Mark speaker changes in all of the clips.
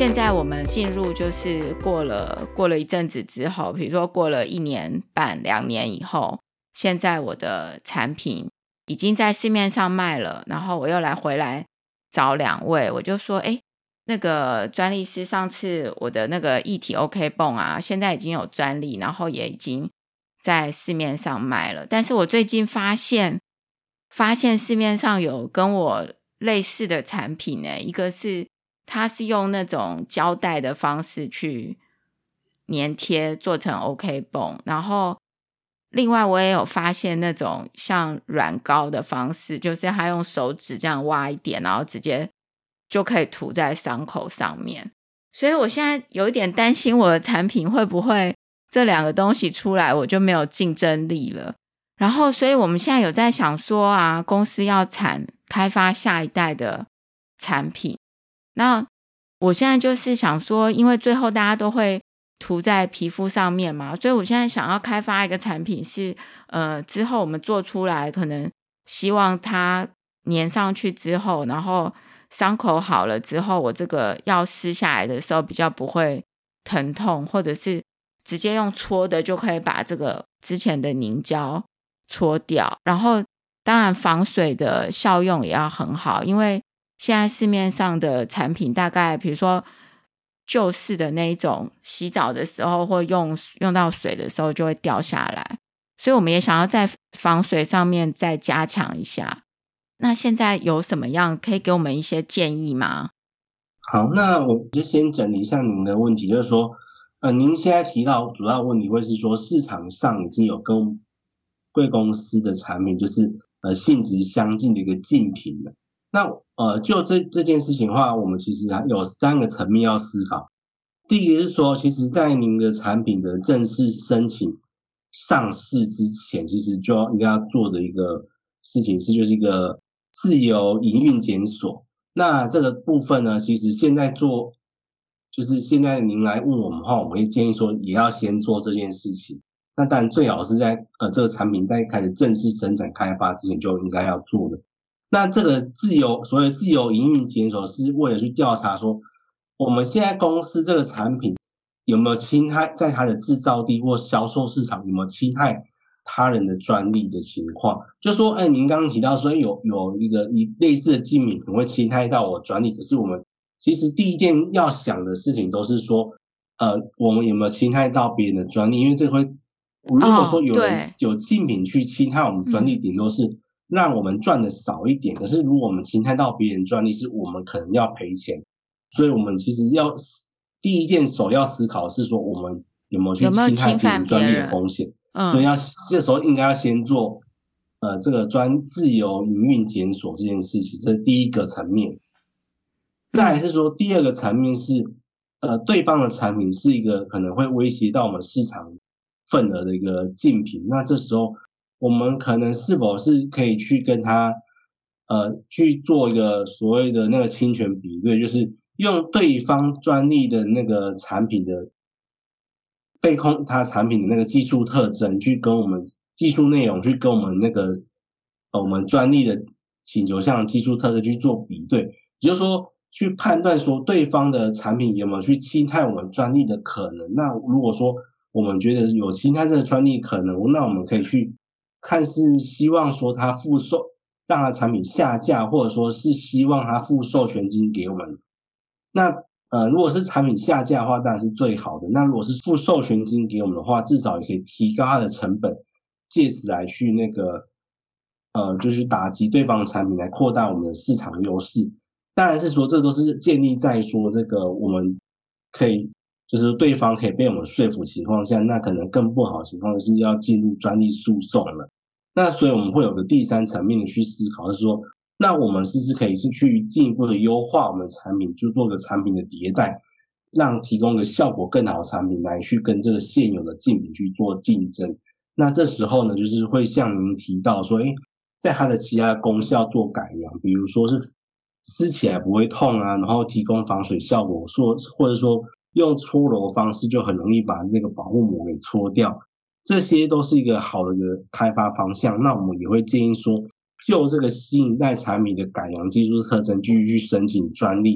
Speaker 1: 现在我们进入就是过了一阵子之后，比如说过了1年半2年以后，现在我的产品已经在市面上卖了，然后我又回来找2位，我就说那个专利师，上次我的那个液体 OK 泵啊，现在已经有专利，然后也已经在市面上卖了。但是我最近发现市面上有跟我类似的产品一个是它是用那种胶带的方式去粘贴做成 OK 泵，然后另外我也有发现那种像软膏的方式，就是它用手指这样挖一点，然后直接就可以涂在伤口上面。所以我现在有一点担心我的产品会不会这2个东西出来我就没有竞争力了。然后所以我们现在有在想说啊，公司要开发下一代的产品。那我现在就是想说，因为最后大家都会涂在皮肤上面嘛，所以我现在想要开发一个产品是之后我们做出来，可能希望它粘上去之后，然后伤口好了之后，我这个要撕下来的时候比较不会疼痛，或者是直接用搓的就可以把这个之前的凝胶搓掉。然后当然防水的效用也要很好，因为现在市面上的产品大概比如说旧式的那一种，洗澡的时候或用到水的时候就会掉下来，所以我们也想要在防水上面再加强一下。那现在有什么样可以给我们一些建议吗？
Speaker 2: 好，那我就先整理一下您的问题，就是说您现在提到主要问题会是说市场上已经有跟贵公司的产品就是性质相近的一个竞品了。那就这件事情的话，我们其实还有3个层面要思考。第一个是说，其实在您的产品的正式申请上市之前，其实就应该要做的一个事情是，就是一个自由营运检索。那这个部分呢，其实现在做，就是现在您来问我们的话，我们会建议说也要先做这件事情。那当然最好是在这个产品在开始正式生产开发之前就应该要做的。那这个所谓自由营运检索是为了去调查说，我们现在公司这个产品有没有侵害在它的制造地或销售市场有没有侵害他人的专利的情况。就说您刚刚提到说有一个类似的竞品可能会侵害到我专利，可是我们其实第一件要想的事情都是说我们有没有侵害到别人的专利，因为这会如果说有人有竞品去侵害我们专利，顶多是让我们赚的少一点，可是如果我们侵害到别人专利，是我们可能要赔钱。所以我们其实第一件首要思考是说，我们有没有去侵害别人专利的风险。所以这时候应该要先做这个自由营运检索这件事情，这是第一个层面。再来是说第二个层面是对方的产品是一个可能会威胁到我们市场份额的一个竞品，那这时候我们可能是否是可以去跟他去做一个所谓的那个侵权比对，就是用对方专利的那个产品的他产品的那个技术特征去跟我们技术内容去跟我们那个我们专利的请求项技术特征去做比对，也就是说去判断说对方的产品有没有去侵害我们专利的可能。那如果说我们觉得有侵害这个专利可能，那我们可以去看是希望说他让他产品下架，或者说是希望他付授权金给我们。那如果是产品下架的话当然是最好的，那如果是付授权金给我们的话，至少也可以提高它的成本，借此来去那个就是打击对方的产品，来扩大我们的市场优势。当然是说这都是建立在说这个我们可以就是对方可以被我们说服情况下，那可能更不好的情况是要进入专利诉讼了。那所以我们会有个第三层面的去思考，是说那我们是不是可以去进一步的优化我们的产品，就做个产品的迭代，让提供个效果更好的产品来去跟这个现有的竞品去做竞争。那这时候呢，就是会像您提到说在它的其他功效做改良，比如说是撕起来不会痛啊，然后提供防水效果，或者说用搓揉方式就很容易把这个保护膜给搓掉，这些都是一个好的一个开发方向。那我们也会建议说，就这个新一代产品的改良技术特征继续去申请专利，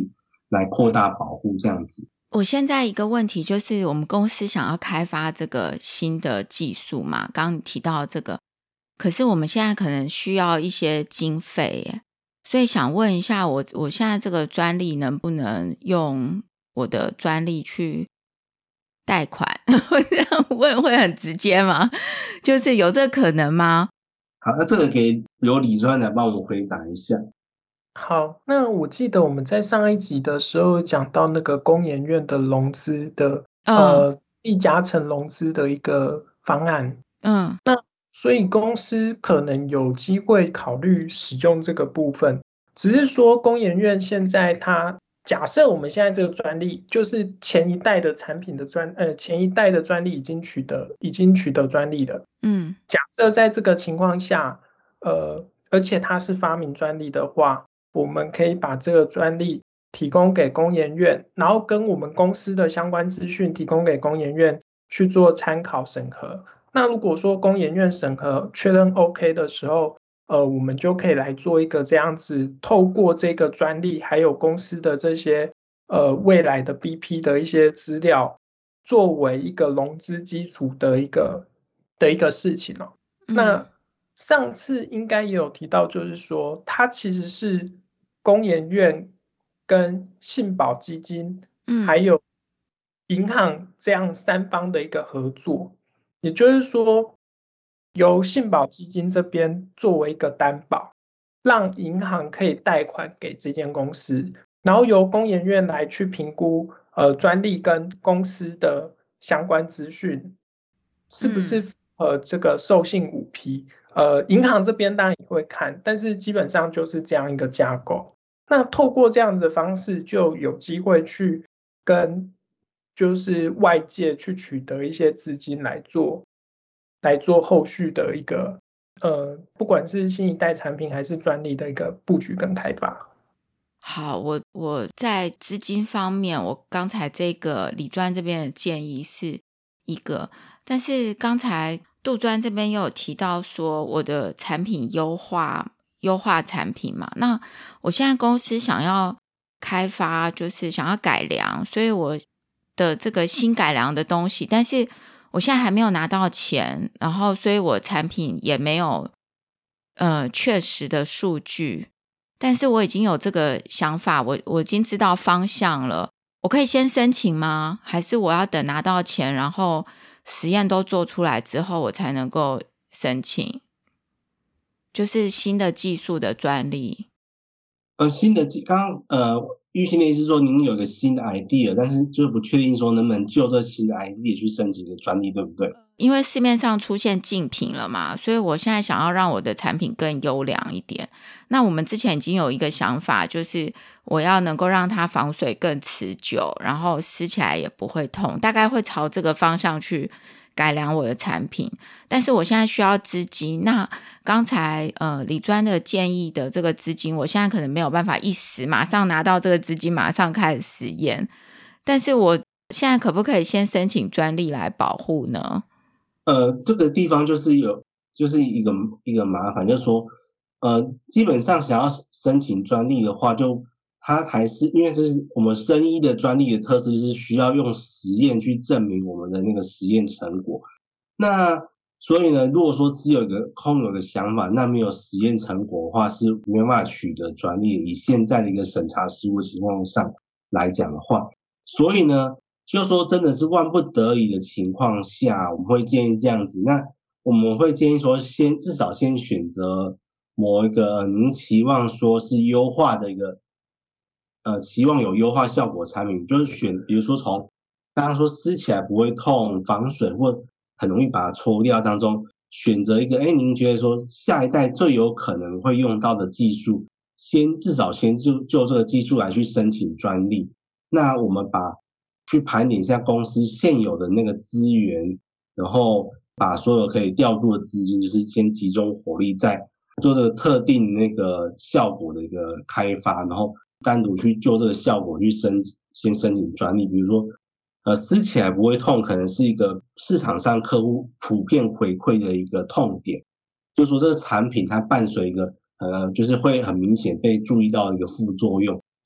Speaker 2: 来扩大保护这样子。
Speaker 1: 我现在一个问题就是，我们公司想要开发这个新的技术嘛，刚刚你提到这个，可是我们现在可能需要一些经费耶，所以想问一下我现在这个专利能不能用我的专利去贷款？我这样问会很直接吗？就是有这可能吗？
Speaker 2: 好，那这个给由理专来帮我们回答一下。
Speaker 3: 好，那我记得我们在上一集的时候讲到那个工研院的融资的一家成融资的一个方案，那所以公司可能有机会考虑使用这个部分，只是说工研院现在它假设我们现在这个专利就是前一代的产品的前一代的专利已经取得专利了，假设在这个情况下，而且它是发明专利的话，我们可以把这个专利提供给工研院，然后跟我们公司的相关资讯提供给工研院去做参考审核。那如果说工研院审核确认 OK 的时候，我们就可以来做一个这样子，透过这个专利还有公司的这些未来的 BP 的一些资料，作为一个融资基础的一个事情哦。那上次应该也有提到，就是说它其实是工研院跟信保基金还有银行这样三方的一个合作，也就是说由信保基金这边作为一个担保，让银行可以贷款给这间公司，然后由工研院来去评估专利跟公司的相关资讯是不是符合这个授信5P。银行这边当然也会看，但是基本上就是这样一个架构。那透过这样子的方式，就有机会去跟就是外界去取得一些资金来做后续的一个不管是新一代产品还是专利的一个布局跟开发。
Speaker 1: 好，我在资金方面，我刚才这个理专这边的建议是一个，但是刚才杜专这边也有提到说我的产品优化产品嘛，那我现在公司想要开发，就是想要改良，所以我的这个新改良的东西，但是我现在还没有拿到钱，然后所以我产品也没有确实的数据，但是我已经有这个想法，我已经知道方向了，我可以先申请吗？还是我要等拿到钱，然后实验都做出来之后我才能够申请？就是新的技术的专利。
Speaker 2: 刚玉兴的意思是说您有个新的 idea， 但是就不确定说能不能就这新的 idea 去申请一个专利，对不对？
Speaker 1: 因为市面上出现竞品了嘛，所以我现在想要让我的产品更优良一点。那我们之前已经有一个想法，就是我要能够让它防水更持久，然后撕起来也不会痛，大概会朝这个方向去改良我的产品。但是我现在需要资金，那刚才理专的建议的这个资金，我现在可能没有办法一时马上拿到这个资金马上开始实验，但是我现在可不可以先申请专利来保护呢？
Speaker 2: 这个地方就是一个麻烦，就是说基本上想要申请专利的话，就它还是因为这是我们生医的专利的特色，就是需要用实验去证明我们的那个实验成果。那所以呢，如果说只有空有个想法，那没有实验成果的话，是没办法取得专利的。以现在的一个审查实务情况上来讲的话，所以呢，就说真的是万不得已的情况下，我们会建议这样子。那我们会建议说，至少先选择某一个您期望说是优化的一个期望有优化效果产品，就是比如说从刚刚说撕起来不会痛、防水或很容易把它搓掉当中，选择一个您觉得说下一代最有可能会用到的技术，至少先就这个技术来去申请专利。那我们去盘点一下公司现有的那个资源，然后把所有可以调度的资金，就是先集中火力在做这个特定那个效果的一个开发，然后单独去就这个效果去先申请专利。比如说撕起来不会痛，可能是一个市场上客户普遍回馈的一个痛点，就是说这个产品它伴随一个就是会很明显被注意到的一个副作用，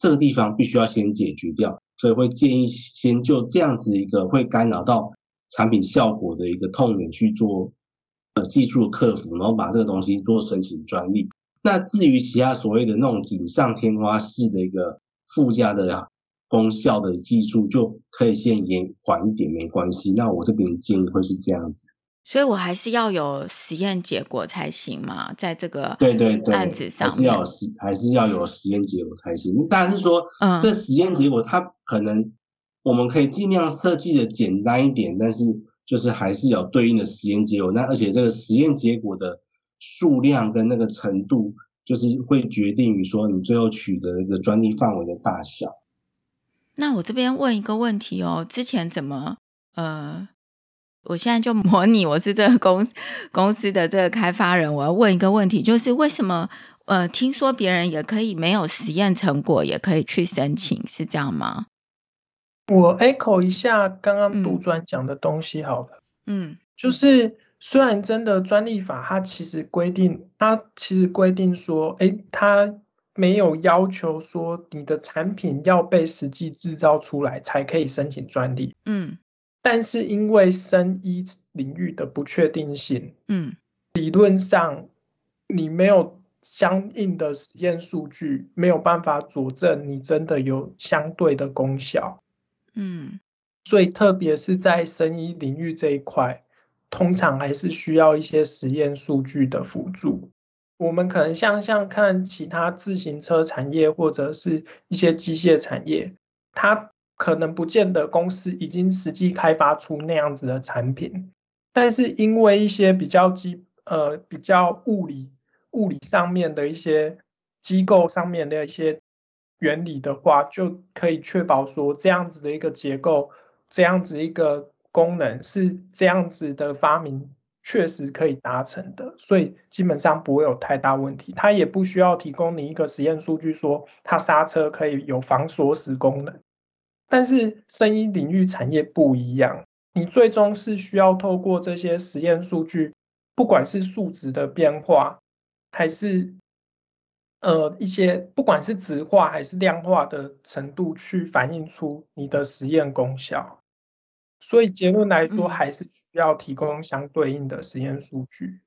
Speaker 2: 这个地方必须要先解决掉，所以会建议先就这样子一个会干扰到产品效果的一个痛点去做技术的克服，然后把这个东西做申请专利。那至于其他所谓的那种锦上添花式的一个附加的功效的技术，就可以先延缓一点，没关系。那我这边建议会是这样子。
Speaker 1: 所以我还是要有实验结果才行嘛，在这个案子上面，
Speaker 2: 还是要有实验结果才行。但是说，这实验结果它可能我们可以尽量设计的简单一点，但是就是还是有对应的实验结果。那而且这个实验结果的数量跟那个程度，就是会决定于说你最后取得一个专利范围的大小。
Speaker 1: 那我这边问一个问题哦，之前怎么我现在就模拟我是这个公司的这个开发人，我要问一个问题，就是为什么听说别人也可以没有实验成果也可以去申请，是这样吗？
Speaker 3: 我 echo 一下刚刚杜专讲的东西好了。就是虽然真的专利法它其实规定说它没有要求说你的产品要被实际制造出来才可以申请专利。但是因为生医领域的不确定性，理论上你没有相应的实验数据，没有办法佐证你真的有相对的功效。所以特别是在生医领域这一块，通常还是需要一些实验数据的辅助。我们可能像看其他自行车产业或者是一些机械产业，它可能不见得公司已经实际开发出那样子的产品，但是因为一些比较物理上面的一些机构上面的一些原理的话，就可以确保说这样子的一个结构，这样子一个功能是这样子的发明确实可以达成的，所以基本上不会有太大问题。它也不需要提供你一个实验数据说它刹车可以有防锁死功能。但是生医领域产业不一样，你最终是需要透过这些实验数据，不管是数值的变化，还是一些不管是质化还是量化的程度，去反映出你的实验功效。所以结论来说，还是需要提供相对应的实验数据。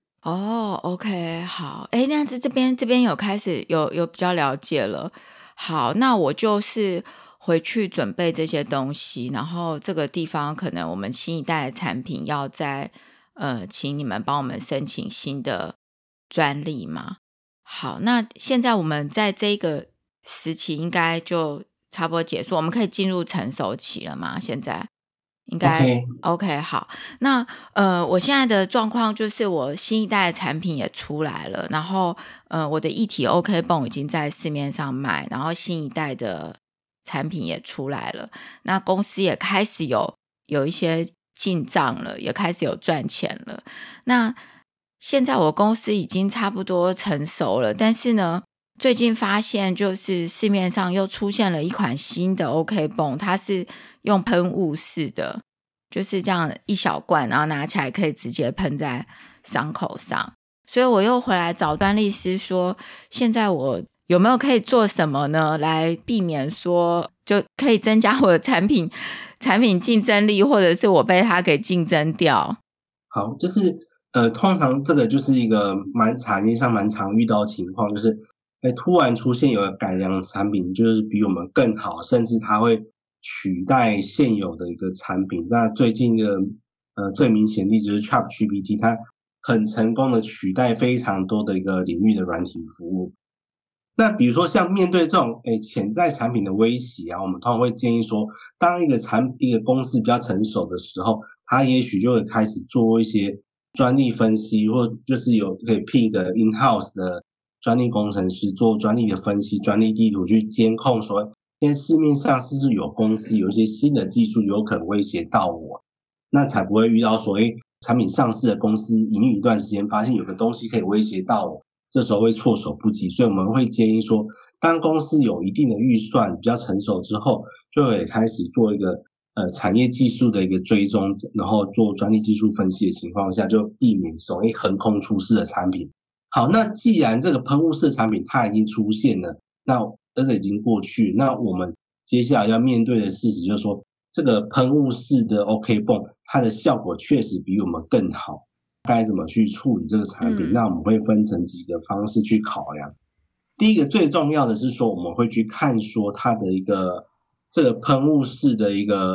Speaker 1: OK， 好，那这边有开始有比较了解了。好，那我就是回去准备这些东西，然后这个地方可能我们新一代的产品要再请你们帮我们申请新的专利嘛。好，那现在我们在这个时期应该就差不多结束，我们可以进入成熟期了吗？现在应该 OK 好。那我现在的状况就是我新一代的产品也出来了，然后我的一体 OK 泵已经在市面上卖，然后新一代的产品也出来了，那公司也开始有一些进账了，也开始有赚钱了。那现在我公司已经差不多成熟了，但是呢最近发现就是市面上又出现了一款新的 OK 泵，它是用喷雾式的，就是这样一小罐，然后拿起来可以直接喷在伤口上。所以我又回来找专利师说，现在我有没有可以做什么呢，来避免说就可以增加我的产品竞争力，或者是我被它给竞争掉。
Speaker 2: 好，就是通常这个就是一个产业上蛮常遇到的情况，就是突然出现有个改良产品，就是比我们更好，甚至它会取代现有的一个产品。那最近的最明显的例子就是 ChatGPT， 它很成功的取代非常多的一个领域的软体服务。那比如说像面对这种潜在产品的威胁啊，我们通常会建议说，当一个公司比较成熟的时候，它也许就会开始做一些专利分析，或就是可以聘一个 in-house 的专利工程师做专利的分析，专利地图去监控说现在市面上是不是有公司有一些新的技术有可能威胁到我，那才不会遇到说产品上市的公司营运一段时间发现有个东西可以威胁到我，这时候会措手不及。所以我们会建议说，当公司有一定的预算比较成熟之后，就会开始做一个产业技术的一个追踪，然后做专利技术分析的情况下，就避免横空出世的产品。好，那既然这个喷雾式产品它已经出现了，那已经过去，那我们接下来要面对的事实就是说，这个喷雾式的 OK 泵它的效果确实比我们更好，该怎么去处理这个产品，那我们会分成几个方式去考量。第一个最重要的是说，我们会去看说它的一个这个喷雾式的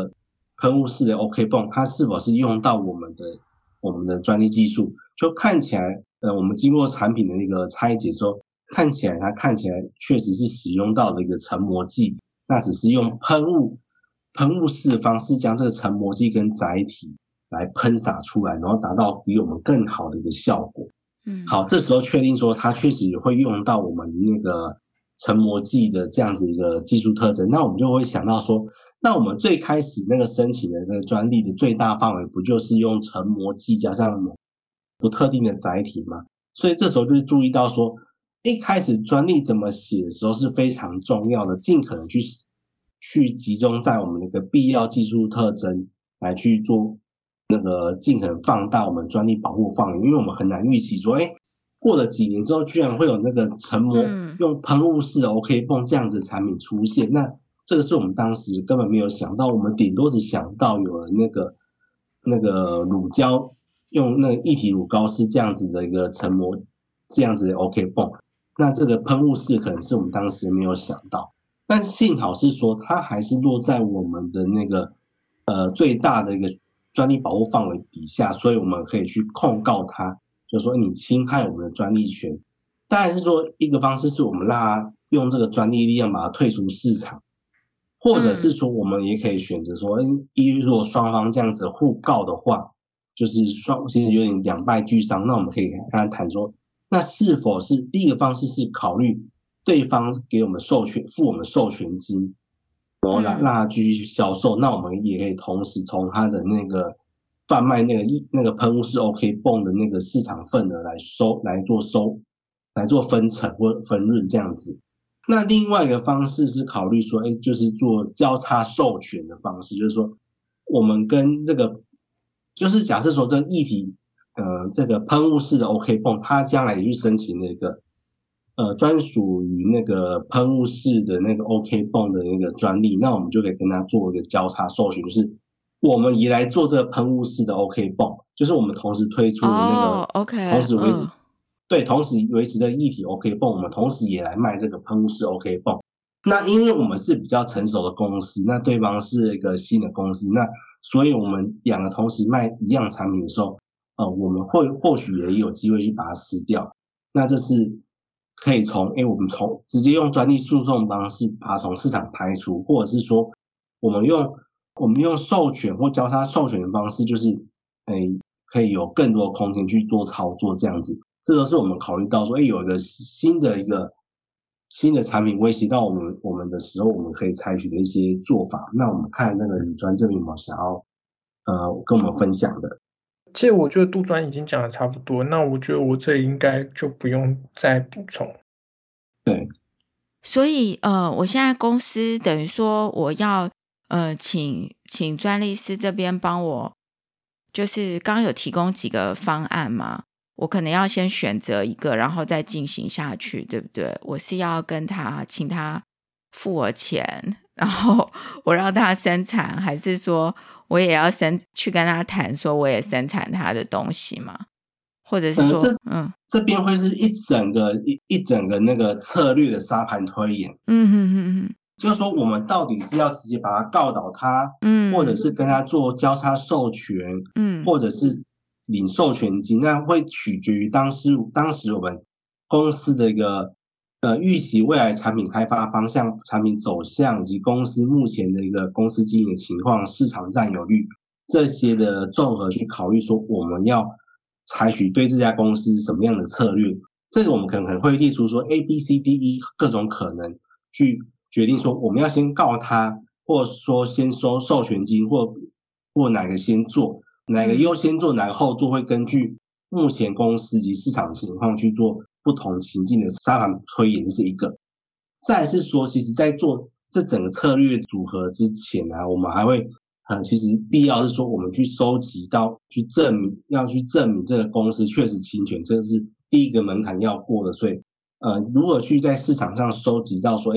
Speaker 2: OK 泵，它是否是用到我们的专利技术，就看起来我们经过产品的一个拆解之后，看起来确实是使用到的一个成膜剂，那只是用喷雾式的方式将这个成膜剂跟载体来喷洒出来，然后达到比我们更好的一个效果。好，这时候确定说它确实会用到我们那个成膜剂的这样子一个技术特征，那我们就会想到说，那我们最开始那个申请的这个专利的最大范围不就是用成膜剂加上不特定的载体吗？所以这时候就是注意到说，一开始专利怎么写的时候是非常重要的，尽可能去集中在我们那个必要技术特征来去做那个尽可能放大我们专利保护范围，因为我们很难预期说，过了几年之后居然会有那个成膜用喷雾式的 OK 泵这样子的产品出现，那这个是我们当时根本没有想到，我们顶多只想到有了那个乳胶用那个液体乳膏是这样子的一个成膜这样子的 OK 泵，那这个喷雾式可能是我们当时没有想到，但幸好是说它还是落在我们的那个最大的一个专利保护范围底下，所以我们可以去控告它，就是说你侵害我们的专利权。当然是说一个方式是我们让它用这个专利力量把它退出市场，或者是说我们也可以选择说，如果双方这样子互告的话，就是其实有点两败俱伤，那我们可以跟他谈说，那是否是第一个方式是考虑对方给我们付我们授权金，然后让他继续销售，那我们也可以同时从他的那个贩卖那个喷雾式 OK 泵的那个市场份额来做分成或分润这样子。那另外一个方式是考虑说，就是做交叉授权的方式，就是说我们跟这个，就是假设说这个液体这个喷雾式的 OK 泵，它将来也去申请了一个专属于那个喷雾式的那个 OK 泵的那个专利，那我们就可以跟它做一个交叉授权，就是我们也来做这个喷雾式的 OK 泵，就是我们同时推出的那个
Speaker 1: OK
Speaker 2: 同时维持对，同时维持的液体 OK 泵，我们同时也来卖这个喷雾式 OK 泵。那因为我们是比较成熟的公司，那对方是一个新的公司，那所以我们两个同时卖一样产品的时候，我们或许也有机会去把它撕掉。那这是可以我们直接用专利诉讼方式把它从市场排除，或者是说我们用授权或交叉授权的方式，就是可以有更多空间去做操作这样子。这都是我们考虑到说，有一个新的产品威胁到我们的时候，我们可以采取的一些做法。那我们看那个李专这边有没有想要跟我们分享的？
Speaker 3: 其实我觉得杜专已经讲的差不多，那我觉得我这里应该就不用再补充。
Speaker 2: 对，
Speaker 1: 所以我现在公司等于说我要请专利师这边帮我，就是刚刚有提供几个方案嘛，我可能要先选择一个，然后再进行下去，对不对？我是要请他付我钱，然后我让他生产，还是说我也要去跟他谈说我也生产他的东西嘛？或者是说
Speaker 2: 这边会是一整个那个策略的沙盘推演。就是说我们到底是要直接把他告倒他，或者是跟他做交叉授权，或者是领授权金，那会取决于当时我们公司的一个预期未来产品开发方向、产品走向以及公司目前的一个公司经营的情况、市场占有率这些的综合去考虑，说我们要采取对这家公司什么样的策略。这个我们可能会列出说 A、B、C、D、E 各种可能去决定说我们要先告他，或者说先收授权金，或哪个先做，哪个优先做，哪个后做，会根据目前公司及市场情况去做不同情境的沙盘推演，是一个。再来是说，其实在做这整个策略组合之前啊，我们还会其实必要是说我们去收集到要去证明这个公司确实侵权，这是第一个门槛要过的。所以如果去在市场上收集到说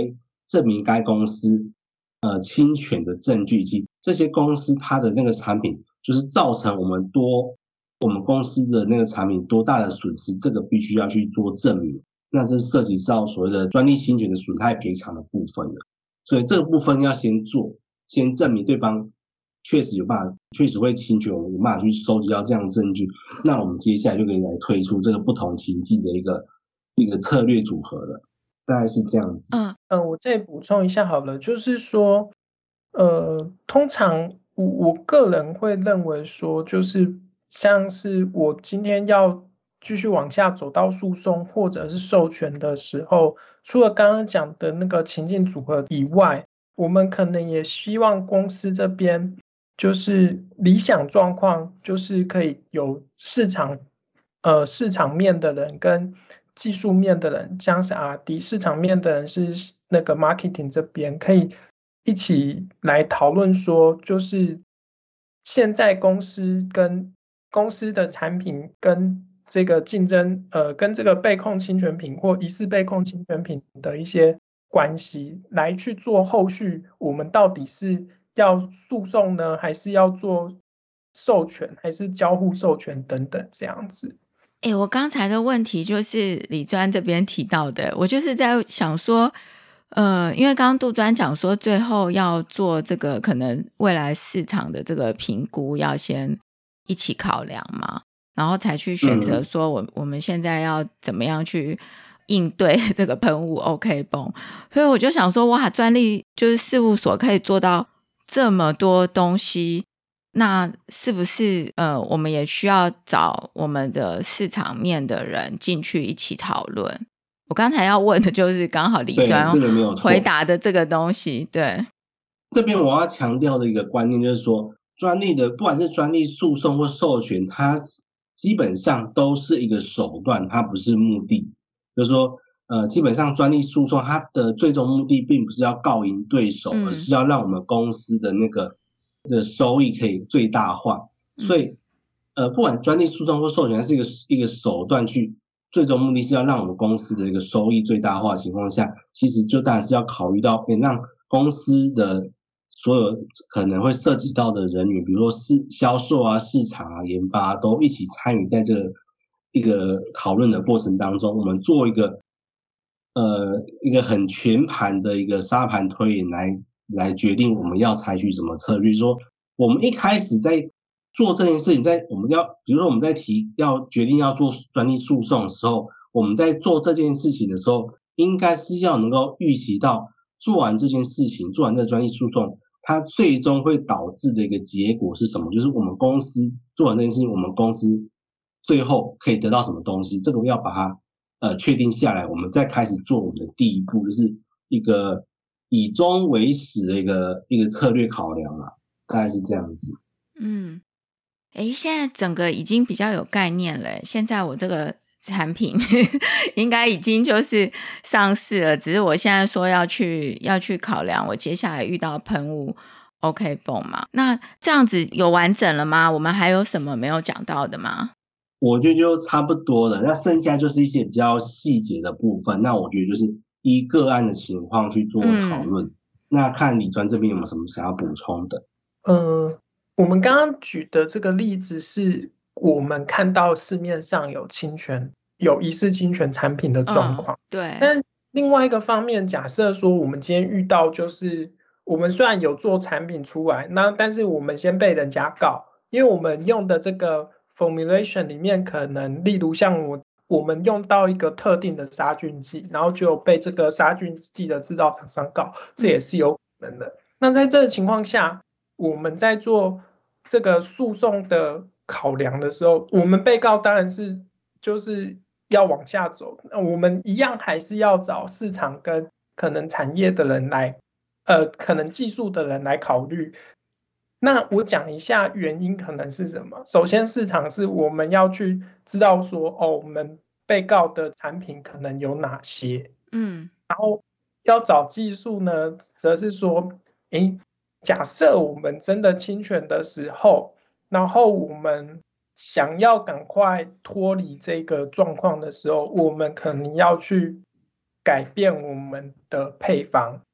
Speaker 2: 证明该公司侵权的证据，以及这些公司它的那个产品就是造成我们公司的那个产品多大的损失，这个必须要去做证明。那这涉及到所谓的专利侵权的损害赔偿的部分了。所以这个部分要先证明对方确实会侵权，我们有办法去收集到这样的证据，那我们接下来就可以来推出这个不同情境的一个策略组合了，大概是这样子。
Speaker 3: 我再补充一下好了，就是说通常我个人会认为说，就是像是我今天要继续往下走到诉讼或者是授权的时候，除了刚刚讲的那个情境组合以外，我们可能也希望公司这边就是理想状况，就是可以有市场面的人跟技术面的人，像是 R&D 市场面的人是那个 marketing 这边，可以一起来讨论说，就是现在公司的产品跟这个竞争跟这个被控侵权品或疑似被控侵权品的一些关系，来去做后续我们到底是要诉讼呢，还是要做授权，还是交互授权等等这样子。
Speaker 1: 我刚才的问题就是李专这边提到的，我就是在想说因为刚刚杜专讲说最后要做这个可能未来市场的这个评估要先一起考量嘛，然后才去选择说我们现在要怎么样去应对这个喷雾 OK 绷。所以我就想说哇，专利就是事务所可以做到这么多东西，那是不是我们也需要找我们的市场面的人进去一起讨论？我刚才要问的就是刚好李专回答的这个东西。对，
Speaker 2: 这边我要强调的一个观念就是说，专利的不管是专利诉讼或授权，它基本上都是一个手段，它不是目的。就是说基本上专利诉讼它的最终目的并不是要告赢对手，而是要让我们公司的那个的收益可以最大化。所以不管专利诉讼或授权，它是一个手段，去最终目的是要让我们公司的一个收益最大化的情况下，其实就当然是要考虑到让公司的所有可能会涉及到的人员，比如说销售啊、市场啊、研发都一起参与在这个一个讨论的过程当中，我们做一个很全盘的一个沙盘推演来决定我们要采取什么策略。说我们一开始在做这件事情，比如说我们在决定要做专利诉讼的时候，我们在做这件事情的时候，应该是要能够预期到做完这件事情，做完这个专利诉讼，它最终会导致的一个结果是什么？就是我们公司做完这件事情，我们公司最后可以得到什么东西？这个要把它确定下来，我们再开始做我们的第一步，就是一个以终为始的一个策略考量啦，大概是这样子。
Speaker 1: 现在整个已经比较有概念了。现在我这个产品应该已经就是上市了，只是我现在说要去考量我接下来遇到喷雾 OK 泵嘛。那这样子有完整了吗？我们还有什么没有讲到的吗？
Speaker 2: 我觉得就差不多了，那剩下就是一些比较细节的部分，那我觉得就是依个案的情况去做讨论。那看李专这边有没有什么想要补充的？
Speaker 3: 我们刚刚举的这个例子是我们看到市面上有疑似侵权产品的状况。
Speaker 1: 对。
Speaker 3: 但另外一个方面，假设说我们今天遇到就是我们虽然有做产品出来，但是我们先被人家告，因为我们用的这个 formulation 里面可能例如像我们用到一个特定的杀菌剂，然后就被这个杀菌剂的制造厂商告，这也是有可能的。那在这个情况下，我们在做这个诉讼的考量的时候，我们被告当然是就是要往下走，那我们一样还是要找市场跟可能产业的人来可能技术的人来考虑。那我讲一下原因可能是什么。首先市场是我们要去知道说我们被告的产品可能有哪些，然后要找技术呢，则是说假设我们真的侵权的时候，然后我们想要赶快脱离这个状况的时候，我们可能要去改变我们的配方。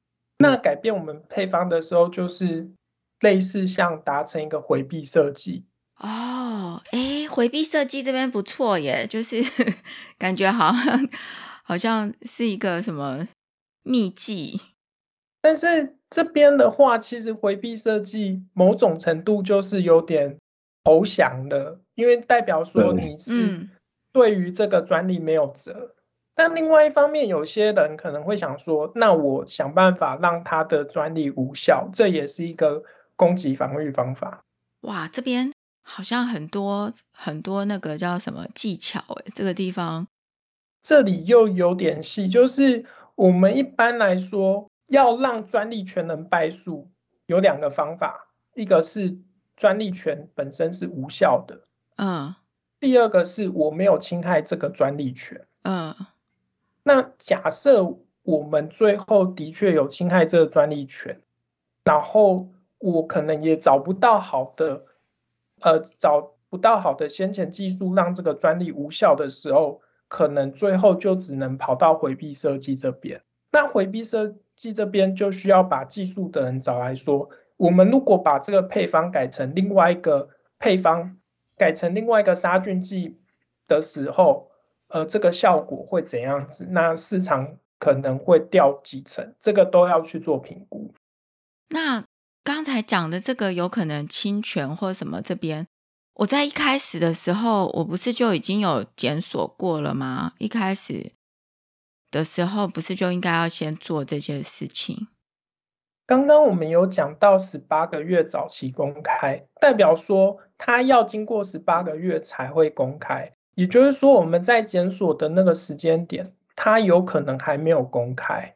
Speaker 3: 那改变我们配方的时候，就是类似像达成一个回避设计。
Speaker 1: 回避设计这边不错耶，就是感觉好像是一个什么秘技。
Speaker 3: 但是这边的话，其实回避设计某种程度就是有点投降的，因为代表说你是对于这个专利没有责。但另外一方面，有些人可能会想说，那我想办法让他的专利无效，这也是一个攻击防御方法。
Speaker 1: 哇，这边好像很多那个叫什么技巧这个地方
Speaker 3: 这里又有点细，就是我们一般来说要让专利权能败诉，有2个方法，一个是专利权本身是无效的，第二个是我没有侵害这个专利权，那假设我们最后的确有侵害这个专利权，然后我可能也找不到好的先前技术让这个专利无效的时候，可能最后就只能跑到回避设计这边。那回避设计这边就需要把技术的人找来说，我们如果把这个配方改成另外一个配方，改成另外一个杀菌剂的时候，这个效果会怎样子？那市场可能会掉几成，这个都要去做评估。
Speaker 1: 那刚才讲的这个有可能侵权或什么，这边我在一开始的时候，我不是就已经有检索过了吗？一开始的时候不是就应该要先做这件事情？
Speaker 3: 刚刚我们有讲到18个月早期公开，代表说它要经过18个月才会公开，也就是说我们在检索的那个时间点，它有可能还没有公开。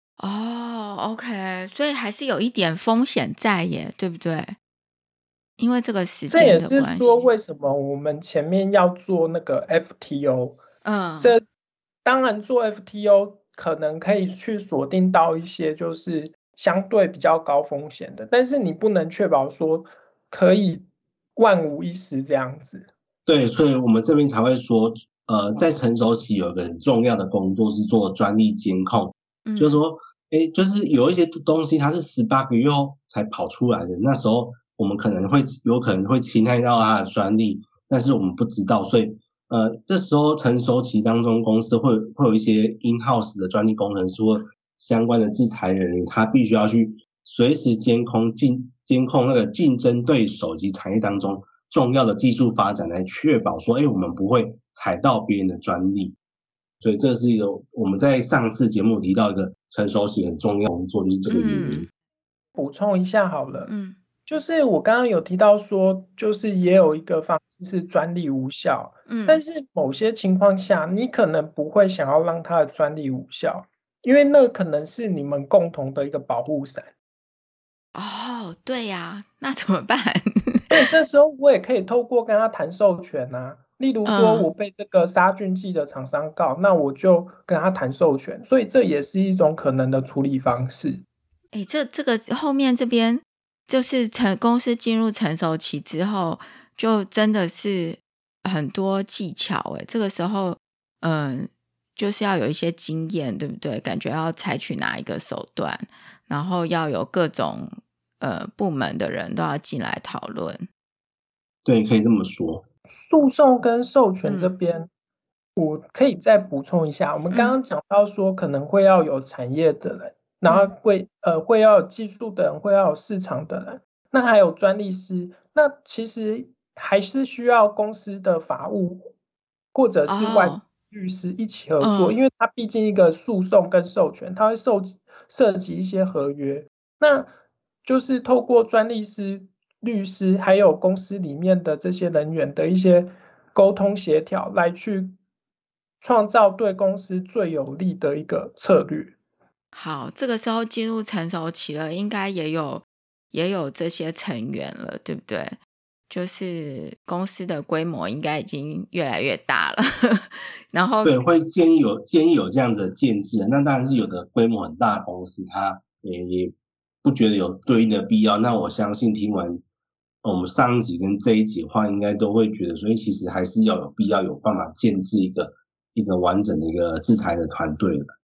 Speaker 1: OK， 所以还是有一点风险在耶，对不对？因为这个时
Speaker 3: 间的关系。这也是说为什么我们前面要做那个 FTO。这当然做 FTO 可能可以去锁定到一些就是相对比较高风险的，但是你不能确保说可以万无一失这样子。
Speaker 2: 对，所以我们这边才会说，在成熟期有一个很重要的工作是做专利监控，就是说，就是有一些东西它是18个月后才跑出来的，那时候我们有可能会侵害到它的专利，但是我们不知道，所以这时候成熟期当中，公司会有一些 in-house 的专利工程师或相关的制裁人员，他必须要去随时监控那个竞争对手及产业当中重要的技术发展，来确保说，我们不会踩到别人的专利。所以这是一个我们在上次节目提到一个成熟期很重要的工作，就是这个原因。
Speaker 3: 补充一下好了，就是我刚刚有提到说，就是也有一个方式是专利无效，但是某些情况下，你可能不会想要让它的专利无效，因为那可能是你们共同的一个保护伞。
Speaker 1: 对呀，那怎么办？
Speaker 3: 对，这时候我也可以透过跟他谈授权啊，例如说我被这个杀菌剂的厂商告，那我就跟他谈授权，所以这也是一种可能的处理方式。
Speaker 1: 这个后面这边就是公司进入成熟期之后，就真的是很多技巧这个时候就是要有一些经验，对不对？感觉要采取哪一个手段，然后要有各种部门的人都要进来讨论。
Speaker 2: 对，可以这么说。
Speaker 3: 诉讼跟授权这边，我可以再补充一下，我们刚刚讲到说可能会要有产业的人，然后会要有技术的人，会要有市场的人，那还有专利师，那其实还是需要公司的法务或者是外律师一起合作，因为它毕竟一个诉讼跟授权，它会涉及一些合约，那就是透过专利师、律师还有公司里面的这些人员的一些沟通协调，来去创造对公司最有利的一个策略。
Speaker 1: 好，这个时候进入成熟期了，应该也有这些成员了，对不对？就是公司的规模应该已经越来越大了然后
Speaker 2: 对，会建议有这样子的建制，那当然是有的规模很大的公司它也不觉得有对应的必要，那我相信听完我们上一集跟这一集的话，应该都会觉得，所以其实还是要有必要有办法建制一个完整的一个制裁的团队的。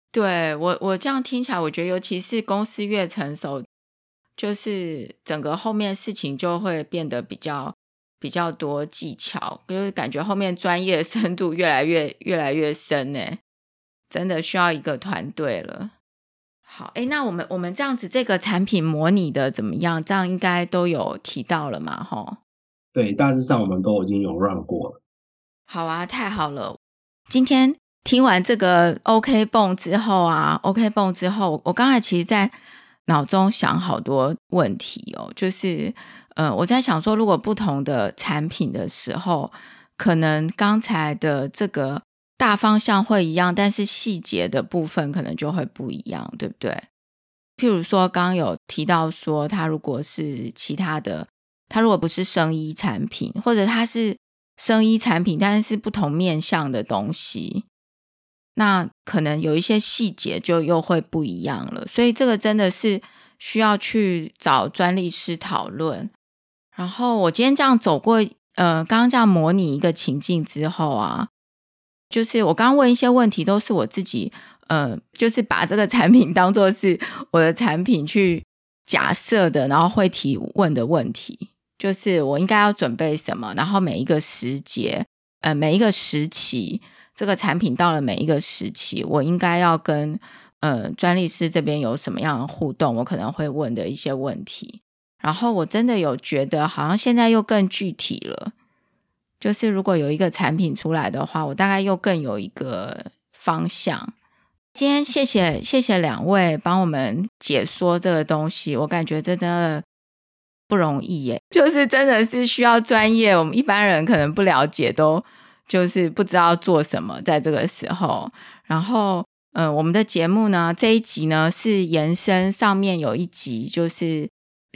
Speaker 1: 对，我这样听起来，我觉得尤其是公司越成熟，就是整个后面事情就会变得比较多技巧，就是感觉后面专业深度越来越深耶，真的需要一个团队了。好，那我们这样子这个产品模拟的怎么样？这样应该都有提到了嘛，齁？
Speaker 2: 对，大致上我们都已经有 run 过了。
Speaker 1: 好啊，太好了。今天听完这个 OK 泵之后啊 ，OK 泵之后，我刚才其实在脑中想好多问题哦，就是我在想说，如果不同的产品的时候，可能刚才的这个大方向会一样，但是细节的部分可能就会不一样，对不对？譬如说刚刚有提到说，它如果是其他的，它如果不是生医产品，或者它是生医产品但是不同面向的东西，那可能有一些细节就又会不一样了，所以这个真的是需要去找专利师讨论。然后我今天这样走过刚刚这样模拟一个情境之后啊，就是我刚刚问一些问题都是我自己就是把这个产品当作是我的产品去假设的，然后会提问的问题，就是我应该要准备什么，然后每一个时节每一个时期，这个产品到了每一个时期，我应该要跟专利师这边有什么样的互动，我可能会问的一些问题。然后我真的有觉得好像现在又更具体了，就是如果有一个产品出来的话，我大概又更有一个方向。今天谢谢两位帮我们解说这个东西，我感觉这真的不容易耶，就是真的是需要专业，我们一般人可能不了解，都就是不知道做什么在这个时候。然后我们的节目呢，这一集呢是延伸上面有一集就是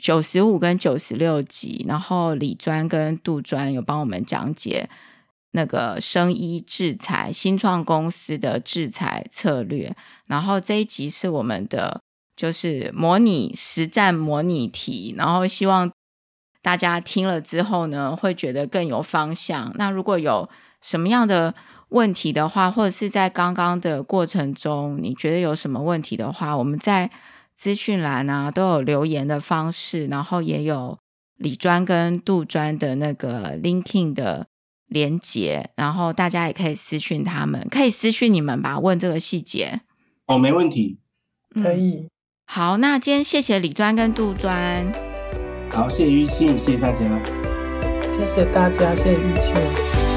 Speaker 1: 95跟96集，然后李专跟杜专有帮我们讲解那个生医制裁新创公司的制裁策略，然后这一集是我们的就是模拟实战模拟题，然后希望大家听了之后呢会觉得更有方向。那如果有什么样的问题的话，或者是在刚刚的过程中你觉得有什么问题的话，我们在资讯栏啊都有留言的方式，然后也有李专跟杜专的那个 LinkedIn 的连结，然后大家也可以私讯他们，可以私讯你们吧，问这个细节。
Speaker 2: 哦，没问题，
Speaker 3: 可以。
Speaker 1: 好，那今天谢谢李专跟杜专。
Speaker 2: 好，谢谢玉庆，谢谢大家。
Speaker 3: 谢谢大家，谢谢玉庆。